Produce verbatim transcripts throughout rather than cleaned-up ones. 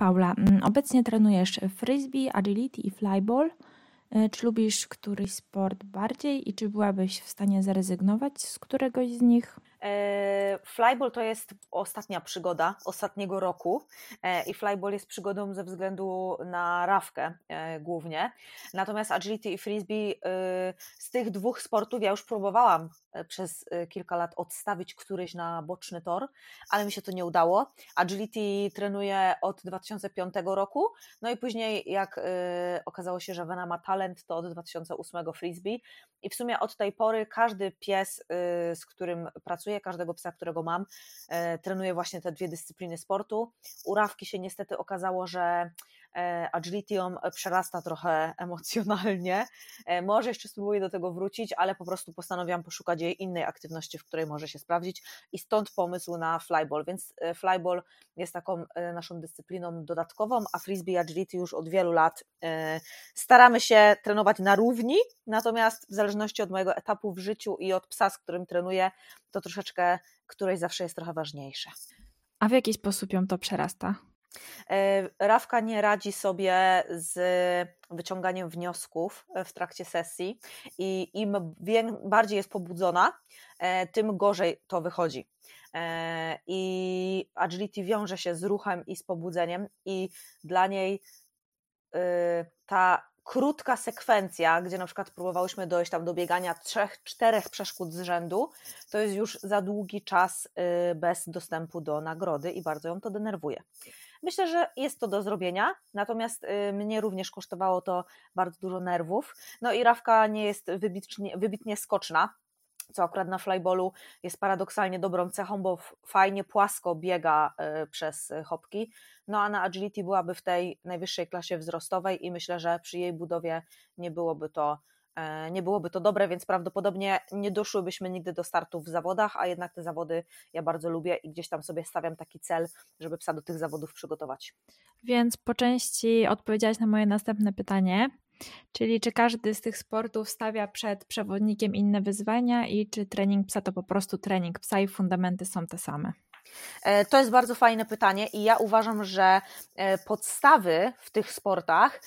Paula, obecnie trenujesz frisbee, agility i flyball. Czy lubisz któryś sport bardziej i czy byłabyś w stanie zrezygnować z któregoś z nich? Flyball to jest ostatnia przygoda ostatniego roku i flyball jest przygodą ze względu na rawkę głównie. Natomiast agility i frisbee, z tych dwóch sportów ja już próbowałam przez kilka lat odstawić któryś na boczny tor, ale mi się to nie udało. Agility trenuję od dwa tysiące piątego roku, no i później jak okazało się, że Wena ma talent, to od dwa tysiące ósmego frisbee i w sumie od tej pory każdy pies, z którym pracuję, każdego psa, którego mam, trenuję właśnie te dwie dyscypliny sportu. U Rawki się niestety okazało, że agility ją przerasta trochę emocjonalnie. Może jeszcze spróbuję do tego wrócić, ale po prostu postanowiłam poszukać jej innej aktywności, w której może się sprawdzić i stąd pomysł na flyball, więc flyball jest taką naszą dyscypliną dodatkową, a frisbee i agility już od wielu lat staramy się trenować na równi, natomiast w zależności od mojego etapu w życiu i od psa, z którym trenuję, to troszeczkę któreś zawsze jest trochę ważniejsze. A w jaki sposób ją to przerasta? Rawka nie radzi sobie z wyciąganiem wniosków w trakcie sesji i im bardziej jest pobudzona, tym gorzej to wychodzi. I agility wiąże się z ruchem i z pobudzeniem i dla niej ta krótka sekwencja, gdzie na przykład próbowałyśmy dojść tam do biegania trzech, czterech przeszkód z rzędu, to jest już za długi czas bez dostępu do nagrody i bardzo ją to denerwuje. Myślę, że jest to do zrobienia, natomiast mnie również kosztowało to bardzo dużo nerwów. No i Rawka nie jest wybitnie, wybitnie skoczna, co akurat na flyballu jest paradoksalnie dobrą cechą, bo fajnie płasko biega przez hopki, no a na agility byłaby w tej najwyższej klasie wzrostowej i myślę, że przy jej budowie nie byłoby to nie byłoby to dobre, więc prawdopodobnie nie doszłybyśmy nigdy do startów w zawodach, a jednak te zawody ja bardzo lubię i gdzieś tam sobie stawiam taki cel, żeby psa do tych zawodów przygotować. Więc po części odpowiedziałaś na moje następne pytanie, czyli czy każdy z tych sportów stawia przed przewodnikiem inne wyzwania i czy trening psa to po prostu trening psa i fundamenty są te same? To jest bardzo fajne pytanie i ja uważam, że podstawy w tych sportach,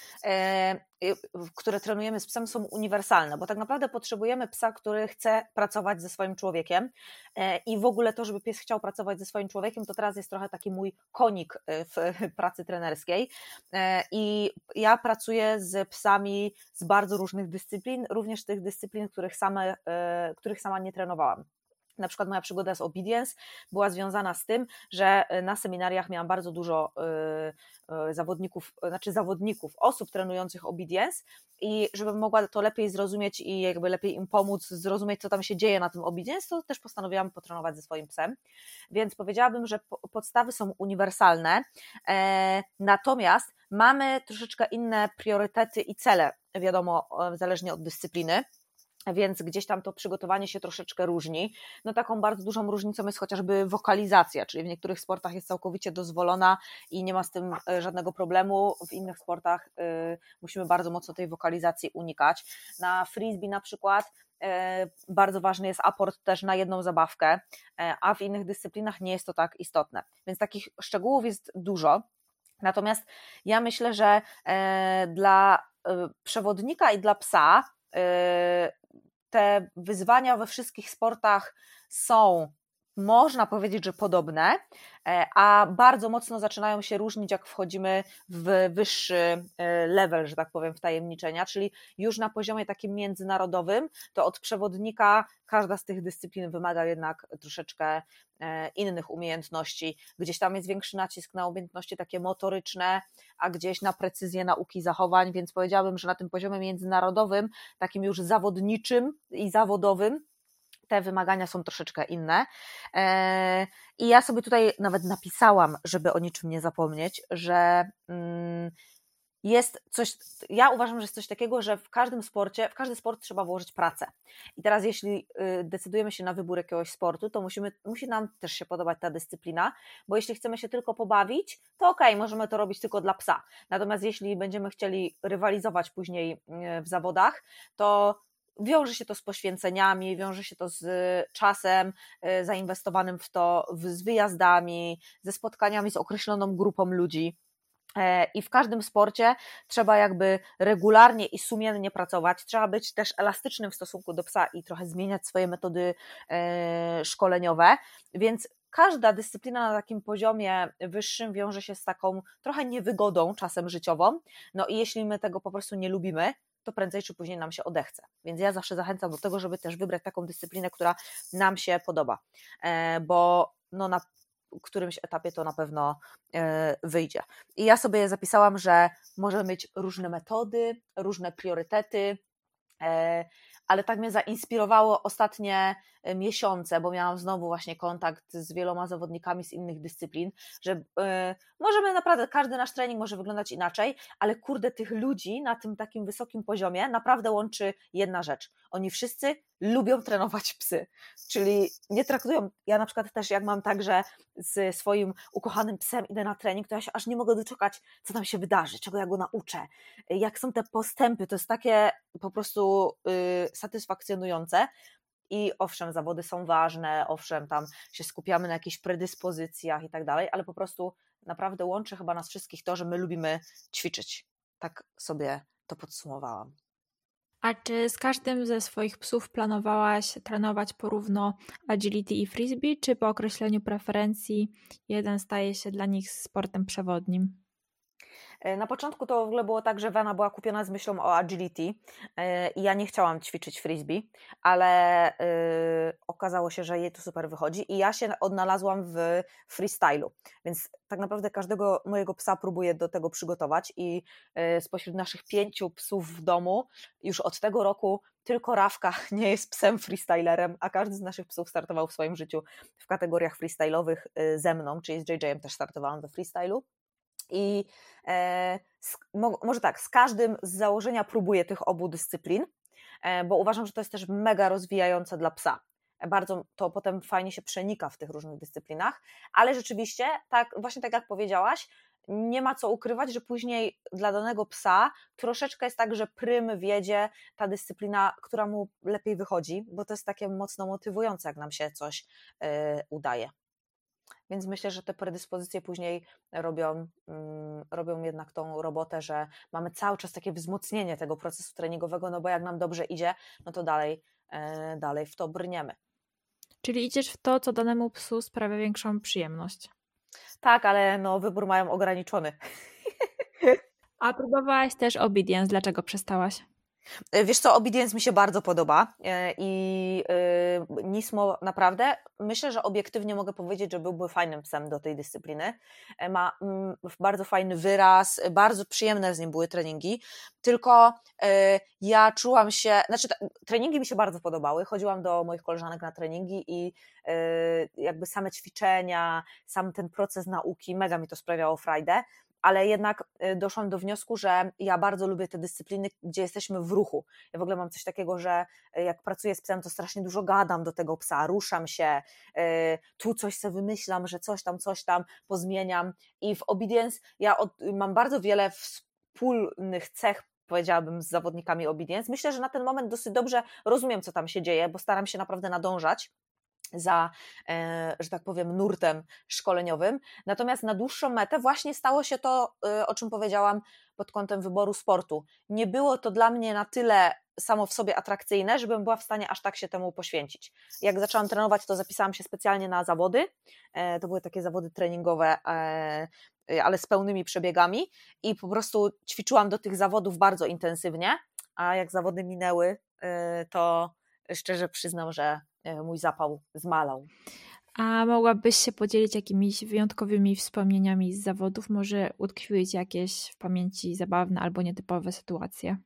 które trenujemy z psem, są uniwersalne, bo tak naprawdę potrzebujemy psa, który chce pracować ze swoim człowiekiem i w ogóle to, żeby pies chciał pracować ze swoim człowiekiem, to teraz jest trochę taki mój konik w pracy trenerskiej i ja pracuję z psami z bardzo różnych dyscyplin, również tych dyscyplin, których, same, których sama nie trenowałam. Na przykład moja przygoda z obedience była związana z tym, że na seminariach miałam bardzo dużo zawodników, znaczy zawodników, osób trenujących obedience i żebym mogła to lepiej zrozumieć i jakby lepiej im pomóc zrozumieć, co tam się dzieje na tym obedience, to też postanowiłam potrenować ze swoim psem, więc powiedziałabym, że podstawy są uniwersalne, natomiast mamy troszeczkę inne priorytety i cele, wiadomo, zależnie od dyscypliny. Więc gdzieś tam to przygotowanie się troszeczkę różni. No taką bardzo dużą różnicą jest chociażby wokalizacja, czyli w niektórych sportach jest całkowicie dozwolona i nie ma z tym żadnego problemu, w innych sportach y, musimy bardzo mocno tej wokalizacji unikać. Na frisbee na przykład y, bardzo ważny jest aport też na jedną zabawkę, y, a w innych dyscyplinach nie jest to tak istotne. Więc takich szczegółów jest dużo. Natomiast ja myślę, że y, dla y, przewodnika i dla psa te wyzwania we wszystkich sportach są, można powiedzieć, że podobne, a bardzo mocno zaczynają się różnić, jak wchodzimy w wyższy level, że tak powiem, wtajemniczenia, czyli już na poziomie takim międzynarodowym, to od przewodnika każda z tych dyscyplin wymaga jednak troszeczkę innych umiejętności. Gdzieś tam jest większy nacisk na umiejętności takie motoryczne, a gdzieś na precyzję nauki zachowań, więc powiedziałabym, że na tym poziomie międzynarodowym, takim już zawodniczym i zawodowym, te wymagania są troszeczkę inne i ja sobie tutaj nawet napisałam, żeby o niczym nie zapomnieć, że jest coś, ja uważam, że jest coś takiego, że w każdym sporcie, w każdy sport trzeba włożyć pracę i teraz jeśli decydujemy się na wybór jakiegoś sportu, to musimy, musi nam też się podobać ta dyscyplina, bo jeśli chcemy się tylko pobawić, to okej, okay, możemy to robić tylko dla psa, natomiast jeśli będziemy chcieli rywalizować później w zawodach, to wiąże się to z poświęceniami, wiąże się to z czasem zainwestowanym w to, z wyjazdami, ze spotkaniami z określoną grupą ludzi. I w każdym sporcie trzeba jakby regularnie i sumiennie pracować, trzeba być też elastycznym w stosunku do psa i trochę zmieniać swoje metody szkoleniowe, więc każda dyscyplina na takim poziomie wyższym wiąże się z taką trochę niewygodą czasem życiową, no i jeśli my tego po prostu nie lubimy, to prędzej czy później nam się odechce, więc ja zawsze zachęcam do tego, żeby też wybrać taką dyscyplinę, która nam się podoba, bo no na którymś etapie to na pewno wyjdzie. I ja sobie zapisałam, że możemy mieć różne metody, różne priorytety, ale tak mnie zainspirowało ostatnie miesiące, bo miałam znowu właśnie kontakt z wieloma zawodnikami z innych dyscyplin, że yy, możemy naprawdę, każdy nasz trening może wyglądać inaczej, ale kurde, tych ludzi na tym takim wysokim poziomie naprawdę łączy jedna rzecz. Oni wszyscy lubią trenować psy, czyli nie traktują, ja na przykład też jak mam tak, że z swoim ukochanym psem idę na trening, to ja się aż nie mogę doczekać, co tam się wydarzy, czego ja go nauczę, jak są te postępy, to jest takie po prostu yy, satysfakcjonujące. I owszem, zawody są ważne, owszem, tam się skupiamy na jakichś predyspozycjach i tak dalej, ale po prostu naprawdę łączy chyba nas wszystkich to, że my lubimy ćwiczyć. Tak sobie to podsumowałam. A czy z każdym ze swoich psów planowałaś trenować porówno agility i frisbee, czy po określeniu preferencji jeden staje się dla nich sportem przewodnim? Na początku to w ogóle było tak, że Vena była kupiona z myślą o agility i ja nie chciałam ćwiczyć frisbee, ale okazało się, że jej to super wychodzi i ja się odnalazłam w freestylu, więc tak naprawdę każdego mojego psa próbuję do tego przygotować i spośród naszych pięciu psów w domu już od tego roku tylko Rafka nie jest psem freestylerem, a każdy z naszych psów startował w swoim życiu w kategoriach freestylowych ze mną, czyli z J J-em też startowałam we freestylu. I e, z, mo, może tak, z każdym z założenia próbuję tych obu dyscyplin, e, bo uważam, że to jest też mega rozwijające dla psa. Bardzo to potem fajnie się przenika w tych różnych dyscyplinach, ale rzeczywiście, tak właśnie tak jak powiedziałaś, nie ma co ukrywać, że później dla danego psa troszeczkę jest tak, że prym wiedzie ta dyscyplina, która mu lepiej wychodzi, bo to jest takie mocno motywujące, jak nam się coś e, udaje. Więc myślę, że te predyspozycje później robią, um, robią jednak tą robotę, że mamy cały czas takie wzmocnienie tego procesu treningowego, no bo jak nam dobrze idzie, no to dalej, e, dalej w to brniemy. Czyli idziesz w to, co danemu psu sprawia większą przyjemność. Tak, ale no wybór mają ograniczony. A próbowałaś też obedience, dlaczego przestałaś? Wiesz co, obedience mi się bardzo podoba i Nismo naprawdę, myślę, że obiektywnie mogę powiedzieć, że byłby fajnym psem do tej dyscypliny. Ma bardzo fajny wyraz, bardzo przyjemne z nim były treningi, tylko ja czułam się, znaczy treningi mi się bardzo podobały, chodziłam do moich koleżanek na treningi i jakby same ćwiczenia, sam ten proces nauki, mega mi to sprawiało frajdę, ale jednak doszłam do wniosku, że ja bardzo lubię te dyscypliny, gdzie jesteśmy w ruchu. Ja w ogóle mam coś takiego, że jak pracuję z psem, to strasznie dużo gadam do tego psa, ruszam się, tu coś sobie wymyślam, że coś tam, coś tam pozmieniam i w obedience ja od, mam bardzo wiele wspólnych cech, powiedziałabym, z zawodnikami obedience. Myślę, że na ten moment dosyć dobrze rozumiem, co tam się dzieje, bo staram się naprawdę nadążać za, że tak powiem, nurtem szkoleniowym. Natomiast na dłuższą metę właśnie stało się to, o czym powiedziałam pod kątem wyboru sportu. Nie było to dla mnie na tyle samo w sobie atrakcyjne, żebym była w stanie aż tak się temu poświęcić. Jak zaczęłam trenować, to zapisałam się specjalnie na zawody. To były takie zawody treningowe, ale z pełnymi przebiegami i po prostu ćwiczyłam do tych zawodów bardzo intensywnie, a jak zawody minęły, to szczerze przyznam, że mój zapał zmalał. A mogłabyś się podzielić jakimiś wyjątkowymi wspomnieniami z zawodów? Może utkwiły Ci jakieś w pamięci zabawne albo nietypowe sytuacje?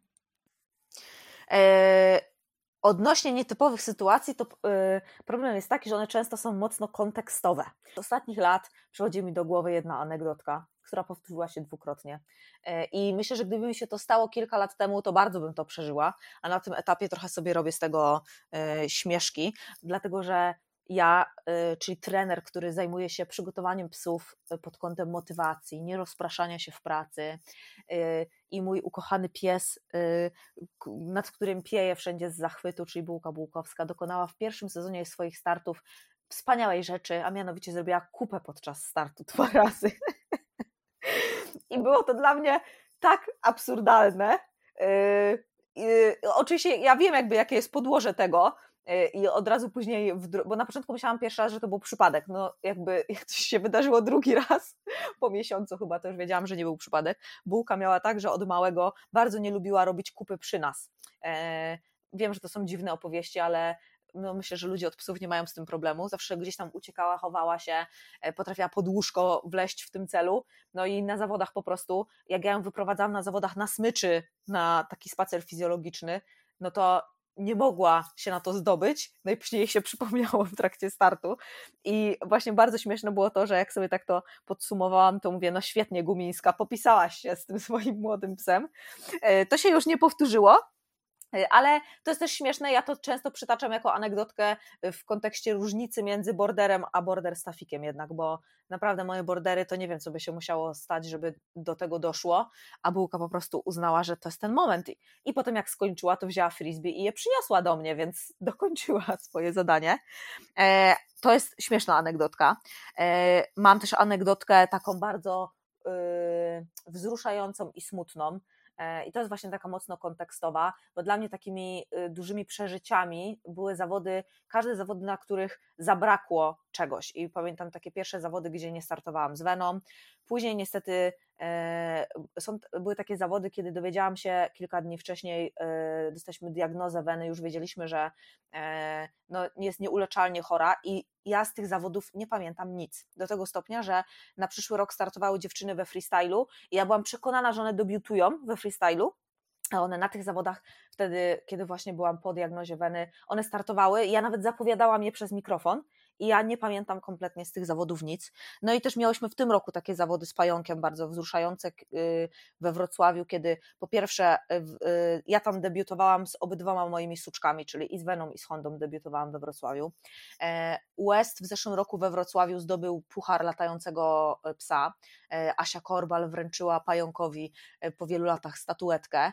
E, odnośnie nietypowych sytuacji, to e, problem jest taki, że one często są mocno kontekstowe. Z ostatnich lat przychodzi mi do głowy jedna anegdotka, która powtórzyła się dwukrotnie. E, I myślę, że gdyby mi się to stało kilka lat temu, to bardzo bym to przeżyła, a na tym etapie trochę sobie robię z tego e, śmieszki, dlatego że ja, czyli trener, który zajmuje się przygotowaniem psów pod kątem motywacji, nierozpraszania się w pracy i mój ukochany pies, nad którym pieje wszędzie z zachwytu, czyli Bułka Bułkowska, dokonała w pierwszym sezonie swoich startów wspaniałej rzeczy, a mianowicie zrobiła kupę podczas startu dwa razy. i było to dla mnie tak absurdalne. Yy, yy, oczywiście ja wiem jakby jakie jest podłoże tego yy, i od razu później, w dru- bo na początku myślałam pierwszy raz, że to był przypadek, no jakby jak coś się wydarzyło drugi raz, po miesiącu chyba to już wiedziałam, że nie był przypadek. Bułka miała tak, że od małego bardzo nie lubiła robić kupy przy nas. Yy, wiem, że to są dziwne opowieści, ale no myślę, że ludzie od psów nie mają z tym problemu, zawsze gdzieś tam uciekała, chowała się, potrafiła pod łóżko wleźć w tym celu, no i na zawodach po prostu, jak ja ją wyprowadzałam na zawodach na smyczy, na taki spacer fizjologiczny, no to nie mogła się na to zdobyć, no i później jej się przypomniało w trakcie startu i właśnie bardzo śmieszne było to, że jak sobie tak to podsumowałam, to mówię, no świetnie Gumińska, popisałaś się z tym swoim młodym psem, to się już nie powtórzyło. Ale to jest też śmieszne, ja to często przytaczam jako anegdotkę w kontekście różnicy między borderem a border staffikiem jednak, bo naprawdę moje bordery to nie wiem, co by się musiało stać, żeby do tego doszło, a Bułka po prostu uznała, że to jest ten moment i, i potem jak skończyła, to wzięła frisbee i je przyniosła do mnie, więc dokończyła swoje zadanie. E, to jest śmieszna anegdotka. E, mam też anegdotkę taką bardzo y, wzruszającą i smutną. I to jest właśnie taka mocno kontekstowa, bo dla mnie takimi dużymi przeżyciami były zawody, każde zawody, na których zabrakło czegoś. I pamiętam takie pierwsze zawody, gdzie nie startowałam z Weną. Później niestety e, są, były takie zawody, kiedy dowiedziałam się kilka dni wcześniej, e, dostaliśmy diagnozę Weny, już wiedzieliśmy, że e, no, jest nieuleczalnie chora i ja z tych zawodów nie pamiętam nic. Do tego stopnia, że na przyszły rok startowały dziewczyny we freestylu i ja byłam przekonana, że one debiutują we freestylu, a one na tych zawodach wtedy, kiedy właśnie byłam po diagnozie Weny, one startowały i ja nawet zapowiadałam je przez mikrofon i ja nie pamiętam kompletnie z tych zawodów nic. No i też miałyśmy w tym roku takie zawody z pająkiem bardzo wzruszające we Wrocławiu, kiedy po pierwsze ja tam debiutowałam z obydwoma moimi suczkami, czyli i z Weną i z Hondą debiutowałam we Wrocławiu. West w zeszłym roku we Wrocławiu zdobył puchar latającego psa. Asia Korbal wręczyła pająkowi po wielu latach statuetkę.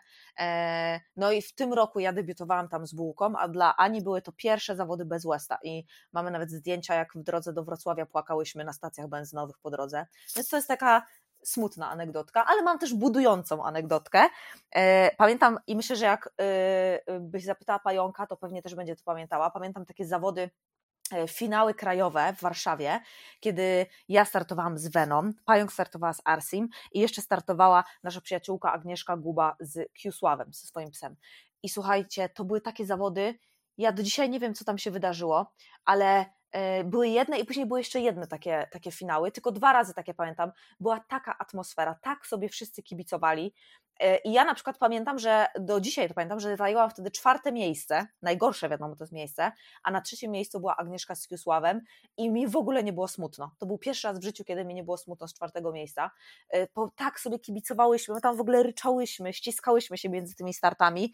No i w tym roku ja debiutowałam tam z Bułką, a dla Ani były to pierwsze zawody bez Westa i mamy nawet zdjęcia, jak w drodze do Wrocławia płakałyśmy na stacjach benzynowych po drodze, więc to jest taka smutna anegdotka, ale mam też budującą anegdotkę. Pamiętam i myślę, że jak byś zapytała Pająka, to pewnie też będzie to pamiętała, pamiętam takie zawody, finały krajowe w Warszawie, kiedy ja startowałam z Weną, Pająk startowała z Arsim i jeszcze startowała nasza przyjaciółka Agnieszka Guba z Kiusławem, ze swoim psem. I słuchajcie, to były takie zawody, ja do dzisiaj nie wiem, co tam się wydarzyło, ale były jedne i później były jeszcze jedne takie, takie finały, tylko dwa razy takie pamiętam, była taka atmosfera, tak sobie wszyscy kibicowali. I ja na przykład pamiętam, że do dzisiaj to pamiętam, że zajęłam wtedy czwarte miejsce, najgorsze wiadomo to jest miejsce, a na trzecim miejscu była Agnieszka z Kiusławem i mi w ogóle nie było smutno. To był pierwszy raz w życiu, kiedy mi nie było smutno z czwartego miejsca, bo tak sobie kibicowałyśmy, my tam w ogóle ryczałyśmy, ściskałyśmy się między tymi startami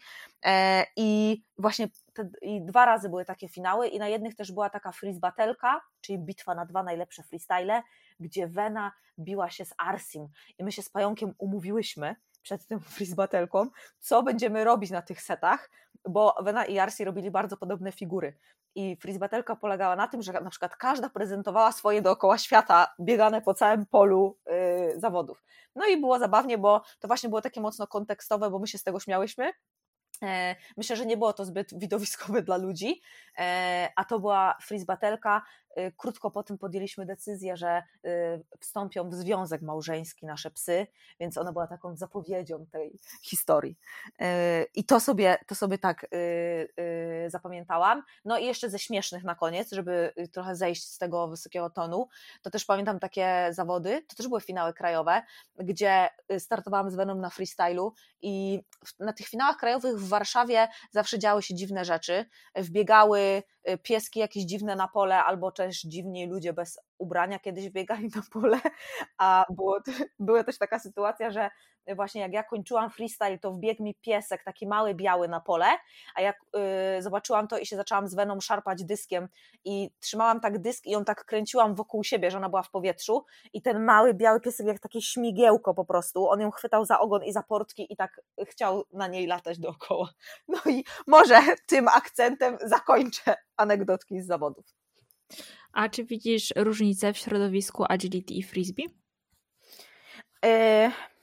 i właśnie te, i dwa razy były takie finały i na jednych też była taka freeze batelka, czyli bitwa na dwa najlepsze freestyle, gdzie Wena biła się z Arsim i my się z Pająkiem umówiłyśmy przed tym freeze batelką, co będziemy robić na tych setach, bo Wena i Arsi robili bardzo podobne figury i freeze batelka polegała na tym, że na przykład każda prezentowała swoje dookoła świata biegane po całym polu yy, zawodów. No i było zabawnie, bo to właśnie było takie mocno kontekstowe, bo my się z tego śmiałyśmy. Myślę, że nie było to zbyt widowiskowe dla ludzi, a to była freeze batelka. Krótko po tym podjęliśmy decyzję, że wstąpią w związek małżeński nasze psy, więc ona była taką zapowiedzią tej historii. I to sobie, to sobie tak zapamiętałam. No i jeszcze ze śmiesznych na koniec, żeby trochę zejść z tego wysokiego tonu, to też pamiętam takie zawody, to też były finały krajowe, gdzie startowałam z Venom na freestylu i na tych finałach krajowych w Warszawie zawsze działy się dziwne rzeczy, wbiegały pieski jakieś dziwne na pole, albo też dziwni ludzie bez ubrania kiedyś biegali na pole, a było, była też taka sytuacja, że właśnie jak ja kończyłam freestyle, to wbiegł mi piesek, taki mały, biały na pole, a jak y, zobaczyłam to i się zaczęłam z Weną szarpać dyskiem i trzymałam tak dysk i ją tak kręciłam wokół siebie, że ona była w powietrzu i ten mały, biały piesek jak takie śmigiełko po prostu, on ją chwytał za ogon i za portki i tak chciał na niej latać dookoła. No i może tym akcentem zakończę anegdotki z zawodów. A czy widzisz różnicę w środowisku agility i frisbee? Yy,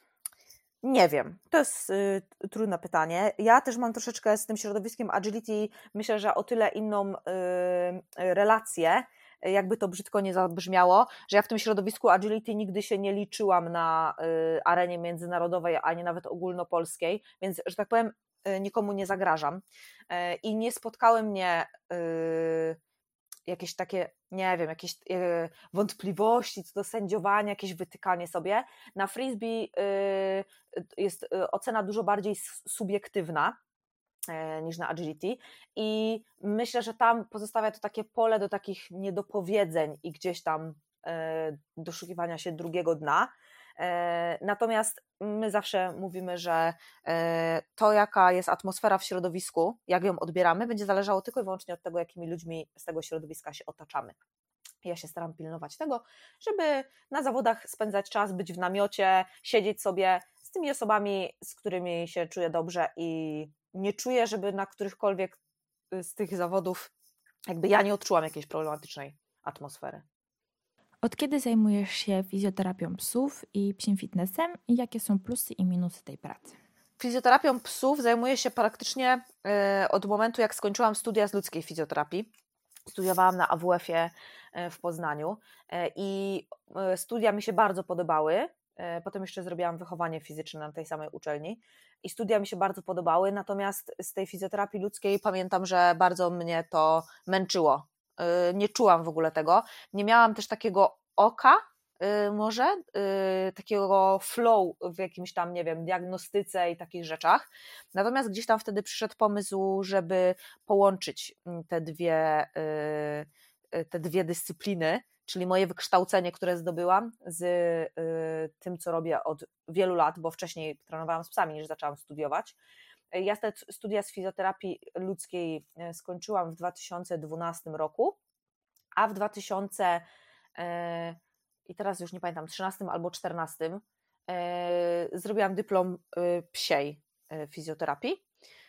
Nie wiem, to jest y, trudne pytanie. Ja też mam troszeczkę z tym środowiskiem agility, myślę, że o tyle inną y, relację, jakby to brzydko nie zabrzmiało, że ja w tym środowisku agility nigdy się nie liczyłam na y, arenie międzynarodowej, ani nawet ogólnopolskiej, więc, że tak powiem, y, nikomu nie zagrażam. Y, I nie spotkały mnie y, jakieś takie, nie wiem, jakieś y, wątpliwości co do sędziowania, jakieś wytykanie sobie. Na frisbee y, jest y, ocena dużo bardziej subiektywna y, niż na agility i myślę, że tam pozostawia to takie pole do takich niedopowiedzeń i gdzieś tam y, doszukiwania się drugiego dna. Natomiast my zawsze mówimy, że to, jaka jest atmosfera w środowisku, jak ją odbieramy, będzie zależało tylko i wyłącznie od tego, jakimi ludźmi z tego środowiska się otaczamy. Ja się staram pilnować tego, żeby na zawodach spędzać czas, być w namiocie, siedzieć sobie z tymi osobami, z którymi się czuję dobrze i nie czuję, żeby na którychkolwiek z tych zawodów jakby ja nie odczułam jakiejś problematycznej atmosfery. Od kiedy zajmujesz się fizjoterapią psów i psim fitnessem i jakie są plusy i minusy tej pracy? Fizjoterapią psów zajmuję się praktycznie od momentu, jak skończyłam studia z ludzkiej fizjoterapii. Studiowałam na A W F-ie w Poznaniu i studia mi się bardzo podobały. Potem jeszcze zrobiłam wychowanie fizyczne na tej samej uczelni i studia mi się bardzo podobały, natomiast z tej fizjoterapii ludzkiej pamiętam, że bardzo mnie to męczyło. Nie czułam w ogóle tego. Nie miałam też takiego oka, może, takiego flow w jakimś tam, nie wiem, diagnostyce i takich rzeczach. Natomiast gdzieś tam wtedy przyszedł pomysł, żeby połączyć te dwie, te dwie dyscypliny, czyli moje wykształcenie, które zdobyłam, z tym, co robię od wielu lat, bo wcześniej trenowałam z psami, niż zaczęłam studiować. Ja te studia z fizjoterapii ludzkiej skończyłam w dwa tysiące dwunastym roku, a w dwa tysiące i teraz już nie pamiętam, trzynastym albo czternastym zrobiłam dyplom psiej fizjoterapii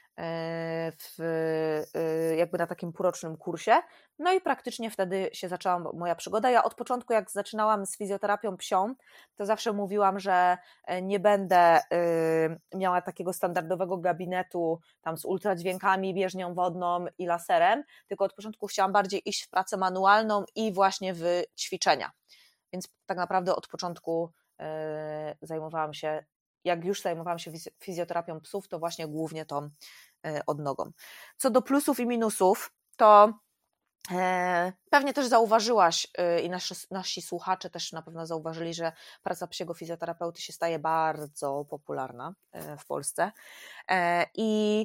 w, jakby na takim półrocznym kursie, no i praktycznie wtedy się zaczęła moja przygoda. Ja od początku, jak zaczynałam z fizjoterapią psią, to zawsze mówiłam, że nie będę miała takiego standardowego gabinetu tam z ultradźwiękami, bieżnią wodną i laserem, tylko od początku chciałam bardziej iść w pracę manualną i właśnie w ćwiczenia, więc tak naprawdę od początku zajmowałam się, jak już zajmowałam się fizjoterapią psów, to właśnie głównie tą odnogą. Co do plusów i minusów, to pewnie też zauważyłaś i nasi, nasi słuchacze też na pewno zauważyli, że praca psiego fizjoterapeuty się staje bardzo popularna w Polsce i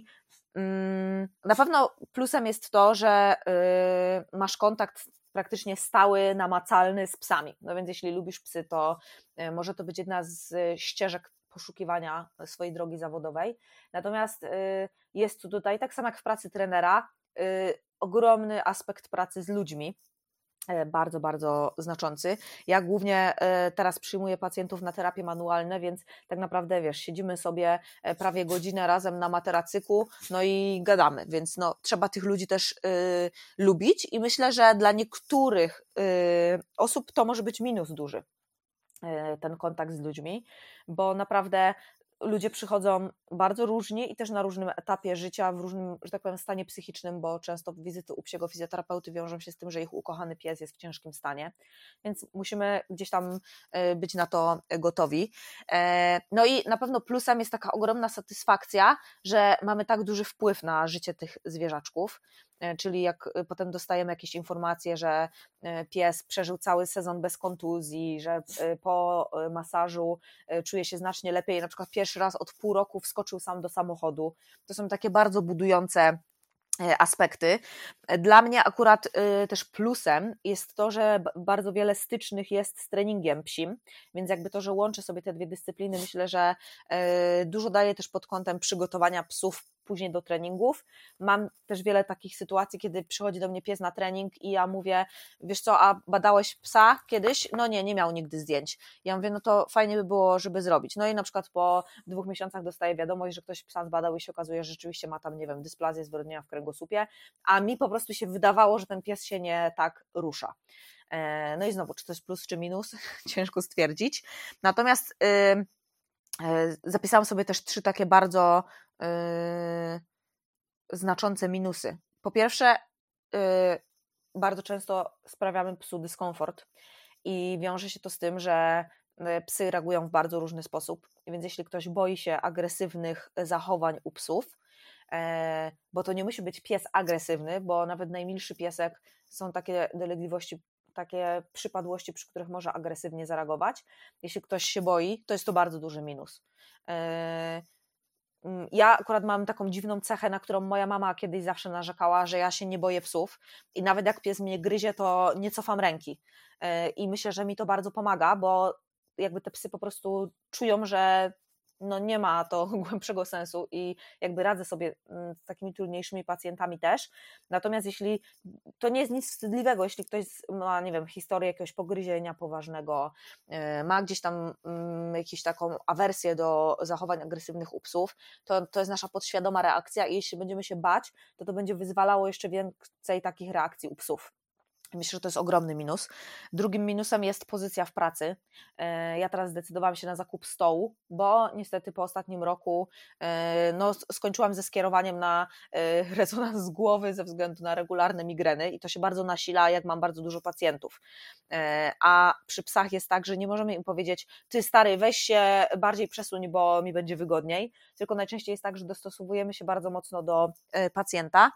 na pewno plusem jest to, że masz kontakt praktycznie stały, namacalny z psami. No więc jeśli lubisz psy, to może to być jedna z ścieżek poszukiwania swojej drogi zawodowej. Natomiast jest tutaj, tak samo jak w pracy trenera, ogromny aspekt pracy z ludźmi, bardzo, bardzo znaczący. Ja głównie teraz przyjmuję pacjentów na terapie manualne, więc tak naprawdę, wiesz, siedzimy sobie prawie godzinę razem na materacyku, no i gadamy, więc no, trzeba tych ludzi też y, lubić i myślę, że dla niektórych y, osób to może być minus duży, y, ten kontakt z ludźmi, bo naprawdę ludzie przychodzą bardzo różni i też na różnym etapie życia, w różnym, że tak powiem, stanie psychicznym, bo często wizyty u psiego fizjoterapeuty wiążą się z tym, że ich ukochany pies jest w ciężkim stanie, więc musimy gdzieś tam być na to gotowi. No i na pewno plusem jest taka ogromna satysfakcja, że mamy tak duży wpływ na życie tych zwierzaczków, czyli jak potem dostajemy jakieś informacje, że pies przeżył cały sezon bez kontuzji, że po masażu czuje się znacznie lepiej, na przykład pierwszy raz od pół roku wskoczył sam do samochodu. To są takie bardzo budujące aspekty. Dla mnie akurat też plusem jest to, że bardzo wiele stycznych jest z treningiem psim, więc jakby to, że łączę sobie te dwie dyscypliny, myślę, że dużo daje też pod kątem przygotowania psów później do treningów. Mam też wiele takich sytuacji, kiedy przychodzi do mnie pies na trening i ja mówię, wiesz co, a badałeś psa kiedyś? No nie, nie miał nigdy zdjęć. Ja mówię, no to fajnie by było, żeby zrobić. No i na przykład po dwóch miesiącach dostaję wiadomość, że ktoś psa zbadał i się okazuje, że rzeczywiście ma tam, nie wiem, dysplazję zwyrodnienia w kręgosłupie, a mi po prostu się wydawało, że ten pies się nie tak rusza. No i znowu, czy to jest plus, czy minus? Ciężko stwierdzić. Natomiast yy, Zapisałam sobie też trzy takie bardzo yy, znaczące minusy. Po pierwsze, yy, bardzo często sprawiamy psu dyskomfort i wiąże się to z tym, że psy reagują w bardzo różny sposób, więc jeśli ktoś boi się agresywnych zachowań u psów, bo to nie musi być pies agresywny, bo nawet najmilszy piesek są takie dolegliwości, takie przypadłości, przy których może agresywnie zareagować. Jeśli ktoś się boi, to jest to bardzo duży minus. Ja akurat mam taką dziwną cechę, na którą moja mama kiedyś zawsze narzekała, że ja się nie boję psów i nawet jak pies mnie gryzie, to nie cofam ręki. I myślę, że mi to bardzo pomaga, bo jakby te psy po prostu czują, że no nie ma to głębszego sensu i jakby radzę sobie z takimi trudniejszymi pacjentami też. Natomiast jeśli to nie jest nic wstydliwego, jeśli ktoś ma, nie wiem, historię jakiegoś pogryzienia poważnego, ma gdzieś tam jakąś taką awersję do zachowań agresywnych u psów, to, to jest nasza podświadoma reakcja i jeśli będziemy się bać, to to będzie wyzwalało jeszcze więcej takich reakcji u psów. Myślę, że to jest ogromny minus. Drugim minusem jest pozycja w pracy. Ja teraz zdecydowałam się na zakup stołu, bo niestety po ostatnim roku no, skończyłam ze skierowaniem na rezonans głowy ze względu na regularne migreny i to się bardzo nasila, jak mam bardzo dużo pacjentów. A przy psach jest tak, że nie możemy im powiedzieć: ty stary, weź się bardziej przesuń, bo mi będzie wygodniej, tylko najczęściej jest tak, że dostosowujemy się bardzo mocno do pacjenta.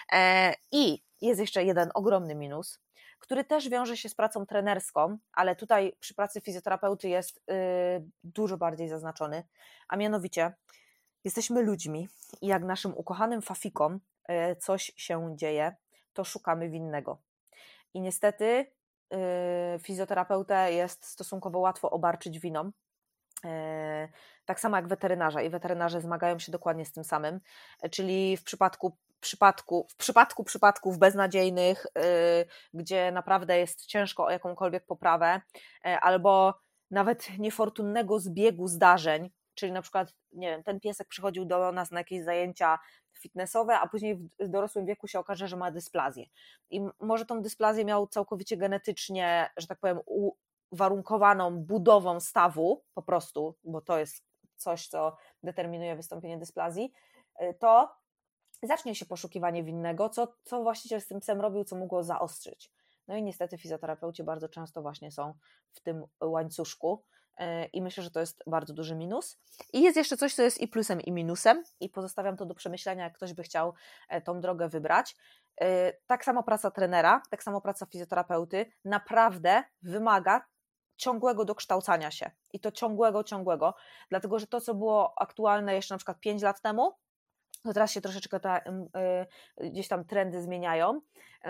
I jest jeszcze jeden ogromny minus, który też wiąże się z pracą trenerską, ale tutaj przy pracy fizjoterapeuty jest yy, dużo bardziej zaznaczony, a mianowicie jesteśmy ludźmi i jak naszym ukochanym fafikom yy, coś się dzieje, to szukamy winnego. I niestety yy, fizjoterapeutę jest stosunkowo łatwo obarczyć winą, yy, tak samo jak weterynarza i weterynarze zmagają się dokładnie z tym samym, czyli w przypadku Przypadku, w przypadku przypadków beznadziejnych, yy, gdzie naprawdę jest ciężko o jakąkolwiek poprawę, yy, albo nawet niefortunnego zbiegu zdarzeń, czyli na przykład, nie wiem, ten piesek przychodził do nas na jakieś zajęcia fitnessowe, a później w dorosłym wieku się okaże, że ma dysplazję. I może tą dysplazję miał całkowicie genetycznie, że tak powiem, uwarunkowaną budową stawu, po prostu, bo to jest coś, co determinuje wystąpienie dysplazji, yy, to zacznie się poszukiwanie winnego, co, co właściciel z tym psem robił, co mogło zaostrzyć. No i niestety fizjoterapeuci bardzo często właśnie są w tym łańcuszku i myślę, że to jest bardzo duży minus. I jest jeszcze coś, co jest i plusem, i minusem i pozostawiam to do przemyślenia, jak ktoś by chciał tą drogę wybrać. Tak samo praca trenera, tak samo praca fizjoterapeuty naprawdę wymaga ciągłego dokształcania się i to ciągłego, ciągłego, dlatego że to, co było aktualne jeszcze na przykład pięć lat temu, to teraz się troszeczkę ta, y, gdzieś tam trendy zmieniają y,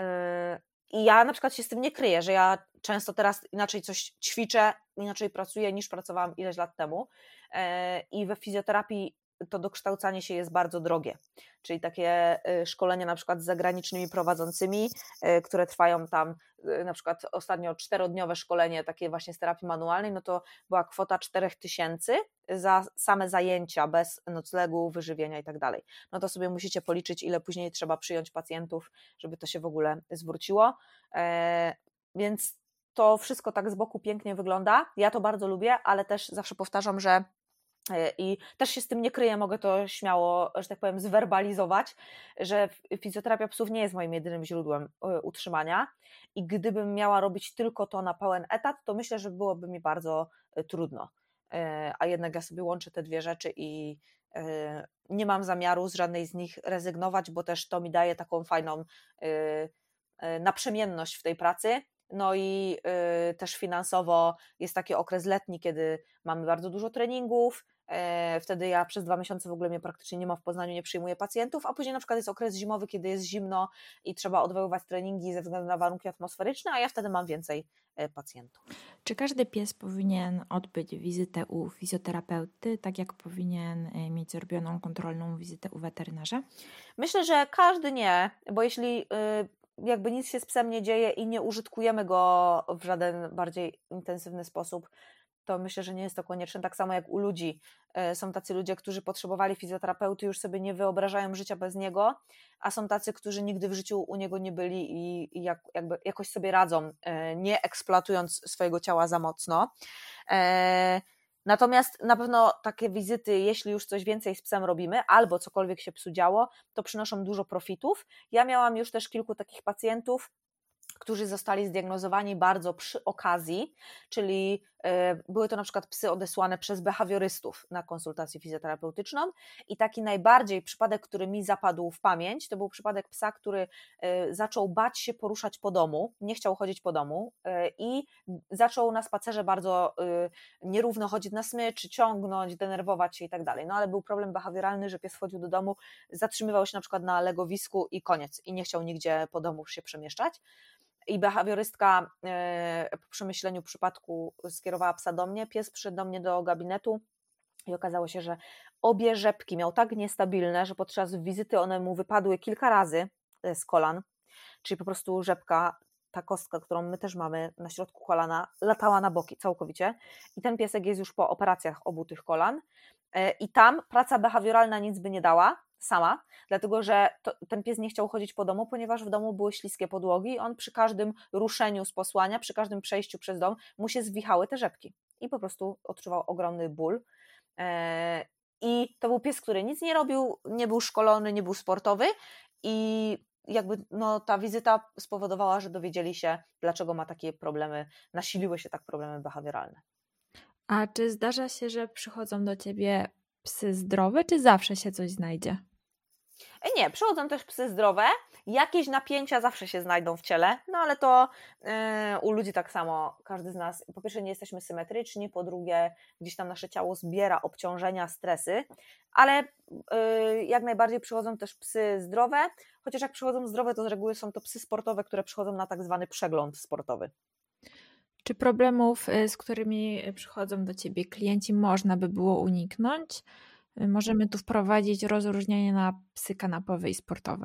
i ja na przykład się z tym nie kryję, że ja często teraz inaczej coś ćwiczę, inaczej pracuję niż pracowałam ileś lat temu y, i we fizjoterapii to dokształcanie się jest bardzo drogie, czyli takie szkolenia na przykład z zagranicznymi prowadzącymi, które trwają tam na przykład ostatnio czterodniowe szkolenie takie właśnie z terapii manualnej, no to była kwota czterech tysięcy za same zajęcia bez noclegu, wyżywienia i tak dalej. No to sobie musicie policzyć, ile później trzeba przyjąć pacjentów, żeby to się w ogóle zwróciło, więc to wszystko tak z boku pięknie wygląda, ja to bardzo lubię, ale też zawsze powtarzam, że i też się z tym nie kryję, mogę to śmiało, że tak powiem, zwerbalizować, że fizjoterapia psów nie jest moim jedynym źródłem utrzymania i gdybym miała robić tylko to na pełen etat, to myślę, że byłoby mi bardzo trudno, a jednak ja sobie łączę te dwie rzeczy i nie mam zamiaru z żadnej z nich rezygnować, bo też to mi daje taką fajną naprzemienność w tej pracy. No i y, też finansowo jest taki okres letni, kiedy mamy bardzo dużo treningów, y, wtedy ja przez dwa miesiące w ogóle mnie praktycznie nie ma w Poznaniu, nie przyjmuję pacjentów, a później na przykład jest okres zimowy, kiedy jest zimno i trzeba odwoływać treningi ze względu na warunki atmosferyczne, a ja wtedy mam więcej y, pacjentów. Czy każdy pies powinien odbyć wizytę u fizjoterapeuty, tak jak powinien mieć zrobioną kontrolną wizytę u weterynarza? Myślę, że każdy nie, bo jeśli y, jakby nic się z psem nie dzieje i nie użytkujemy go w żaden bardziej intensywny sposób, to myślę, że nie jest to konieczne. Tak samo jak u ludzi. Są tacy ludzie, którzy potrzebowali fizjoterapeuty, już sobie nie wyobrażają życia bez niego, a są tacy, którzy nigdy w życiu u niego nie byli i, i jak, jakby jakoś sobie radzą, nie eksploatując swojego ciała za mocno. Natomiast na pewno takie wizyty, jeśli już coś więcej z psem robimy, albo cokolwiek się psu działo, to przynoszą dużo profitów. Ja miałam już też kilku takich pacjentów, którzy zostali zdiagnozowani bardzo przy okazji, czyli były to na przykład psy odesłane przez behawiorystów na konsultację fizjoterapeutyczną i taki najbardziej przypadek, który mi zapadł w pamięć, to był przypadek psa, który zaczął bać się poruszać po domu, nie chciał chodzić po domu i zaczął na spacerze bardzo nierówno chodzić na smycz, ciągnąć, denerwować się i tak dalej. No ale był problem behawioralny, że pies wchodził do domu, zatrzymywał się na przykład na legowisku i koniec i nie chciał nigdzie po domu się przemieszczać. I behawiorystka po przemyśleniu przypadku skierowała psa do mnie, pies przyszedł do mnie do gabinetu i okazało się, że obie rzepki miał tak niestabilne, że podczas wizyty one mu wypadły kilka razy z kolan, czyli po prostu rzepka, ta kostka, którą my też mamy na środku kolana, latała na boki całkowicie i ten piesek jest już po operacjach obu tych kolan i tam praca behawioralna nic by nie dała sama, dlatego że to, ten pies nie chciał chodzić po domu, ponieważ w domu były śliskie podłogi i on przy każdym ruszeniu z posłania, przy każdym przejściu przez dom mu się zwichały te rzepki i po prostu odczuwał ogromny ból. I to był pies, który nic nie robił, nie był szkolony, nie był sportowy i jakby no, ta wizyta spowodowała, że dowiedzieli się, dlaczego ma takie problemy, nasiliły się tak problemy behawioralne. A czy zdarza się, że przychodzą do ciebie psy zdrowe, czy zawsze się coś znajdzie? Nie, przychodzą też psy zdrowe, jakieś napięcia zawsze się znajdą w ciele, no ale to yy, u ludzi tak samo, każdy z nas, po pierwsze nie jesteśmy symetryczni, po drugie gdzieś tam nasze ciało zbiera obciążenia, stresy, ale yy, jak najbardziej przychodzą też psy zdrowe, chociaż jak przychodzą zdrowe, to z reguły są to psy sportowe, które przychodzą na tak zwany przegląd sportowy. Czy problemów, z którymi przychodzą do ciebie klienci, można by było uniknąć? Możemy tu wprowadzić rozróżnienie na psy kanapowe i sportowe.